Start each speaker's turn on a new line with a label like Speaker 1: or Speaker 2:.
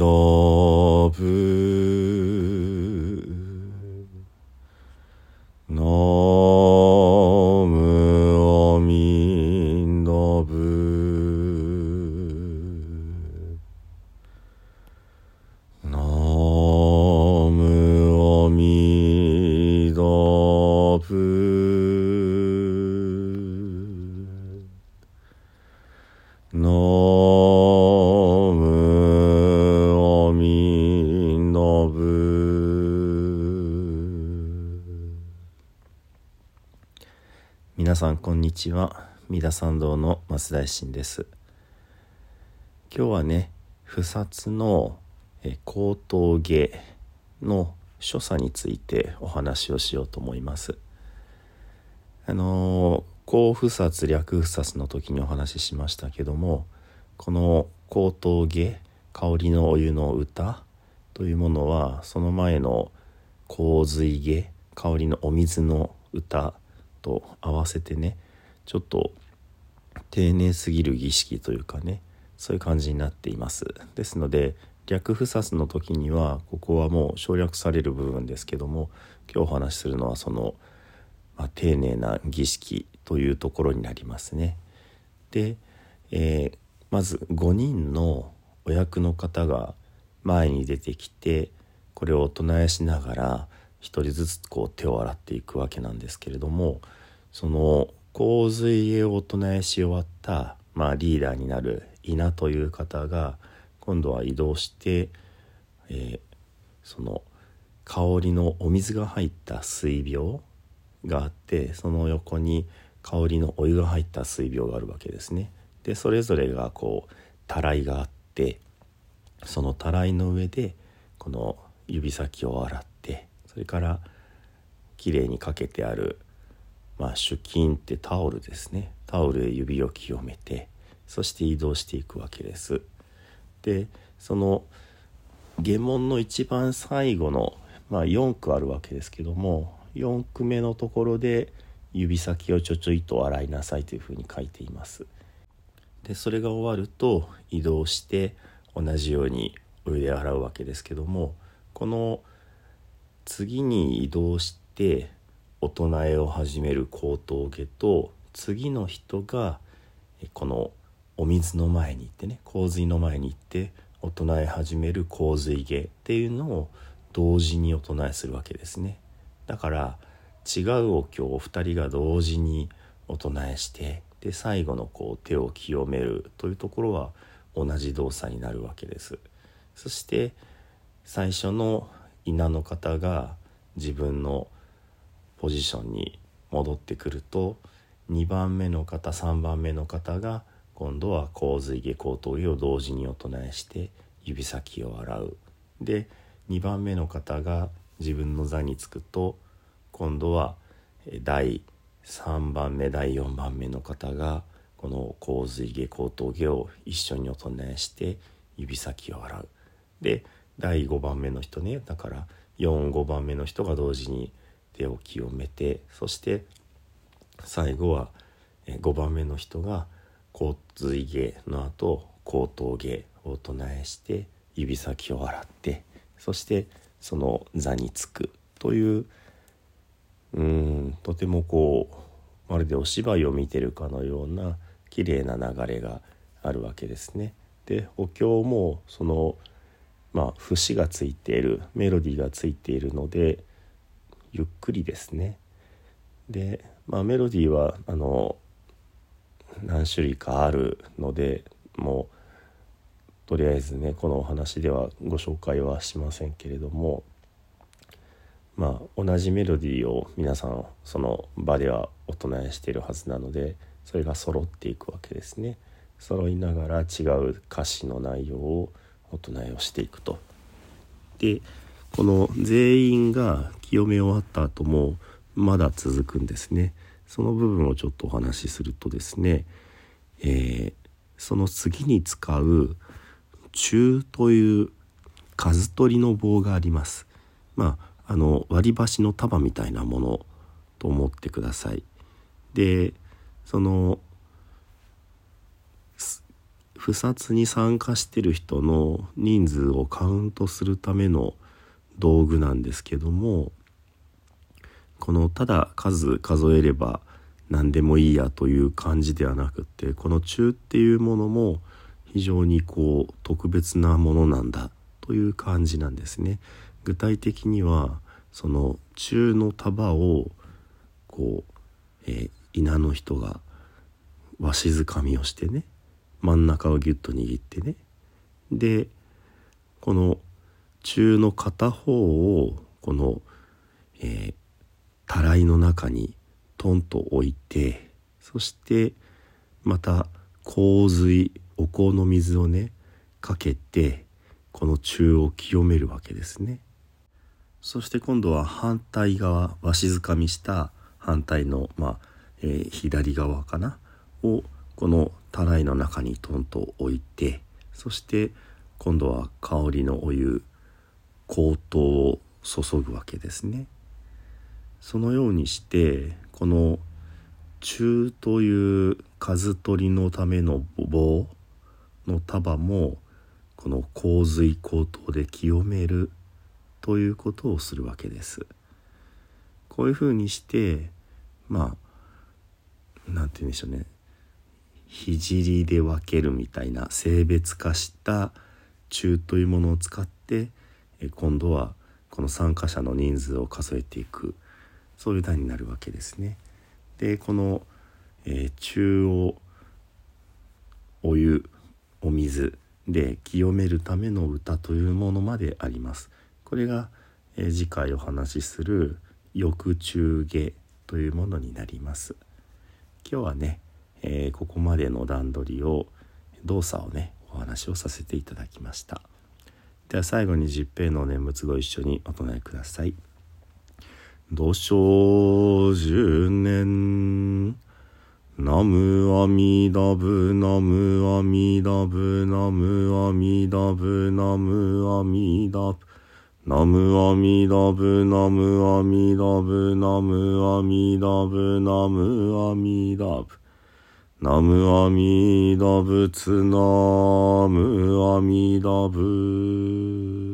Speaker 1: 陀仏ナムアミダ仏ナムアミダ仏ナムアミダ仏。皆さんこんにちは。三田参道の増大臣です。今日はね、不殺の高等下の所作についてお話をしようと思います。高不殺略不殺の時にお話ししましたけども、この高等下、香りのお湯の歌というものはその前の洪水下、香りのお水の歌と合わせてね、ちょっと丁寧すぎる儀式というかね、そういう感じになっています。ですので略不殺の時にはここはもう省略される部分ですけども、今日お話しするのはその、丁寧な儀式というところになりますね。で、まず5人のお役の方が前に出てきて、これをお唱えしながら一人ずつこう手を洗っていくわけなんですけれども、その洪水絵をお唱えし終わった、リーダーになる稲という方が今度は移動して、その香りのお水が入った水瓶があって、その横に香りのお湯が入った水瓶があるわけですね。でそれぞれがこうたらいがあって、そのたらいの上でこの指先を洗って、それからきれいにかけてある手巾ってタオルですね、タオルで指を清めて、そして移動していくわけです。でその下門の一番最後の、4句あるわけですけども、4句目のところで指先をちょちょいと洗いなさいというふうに書いています。でそれが終わると移動して同じようにお湯で洗うわけですけども、この次に移動してお唱えを始める高等下と、次の人がこのお水の前に行ってね、洪水の前に行ってお唱え始める洪水下っていうのを同時にお唱えするわけですね。だから違うお経を2人が同時にお唱えして、で最後のこう手を清めるというところは同じ動作になるわけです。そして最初の稲の方が自分のポジションに戻ってくると、2番目の方3番目の方が今度は洪水下高等下を同時にお唱えして指先を洗う。で2番目の方が自分の座につくと、今度は第3番目第4番目の方がこの洪水下高等下を一緒にお唱えして指先を洗う。で第5番目の人ね、だから4、5番目の人が同時に手を清めて、そして最後は5番目の人が洪水下の後高等下を唱えして指先を洗って、そしてその座につくという、とてもこうまるでお芝居を見てるかのような綺麗な流れがあるわけですね。でお経もその節がついている、メロディーがついているのでゆっくりですね。で、メロディーは何種類かあるので、もうとりあえずねこのお話ではご紹介はしませんけれども、同じメロディーを皆さんその場ではお唱えしているはずなので、それが揃っていくわけですね。揃いながら違う歌詞の内容をお唱えをしていくと。でこの全員が清め終わった後もまだ続くんですね。その部分をちょっとお話しするとですね、その次に使う中という数取りの棒があります。割り箸の束みたいなものと思ってください。でその不殺に参加してる人の人数をカウントするための道具なんですけども、このただ数えれば何でもいいやという感じではなくって、この中っていうものも非常に特別なものなんだという感じなんですね。具体的にはその中の束を稲の人がわしづかみをしてね、真ん中をギュッと握ってね、でこの中の片方をこの、たらいの中にトンと置いて、そしてまた洪水、お香の水をねかけてこの中を清めるわけですね。そして今度は反対側、わしづかみした反対の、左側かなをこのたらいの中にトンと置いて、そして今度は香りのお湯、香糖を注ぐわけですね。そのようにしてこの中という数取りのための棒の束もこの洪水香糖で清めるということをするわけです。こういうふうにしてなんて言うんでしょうね、聖で分けるみたいな性別化した中というものを使って今度はこの参加者の人数を数えていく、そういう段になるわけですね。でこの、中をお湯お水で清めるための歌というものまであります。これが、次回お話しする翌中下というものになります。今日はね、ここまでの段取りを動作をねお話をさせていただきました。では最後に十平の念仏ご一緒にお唱えください。土生十年ナムアミダブナムアミダブナムアミダブナムアミダブナムアミダブナムアミダブナムアミダブナムアミダブナムアミダブツナムアミダブ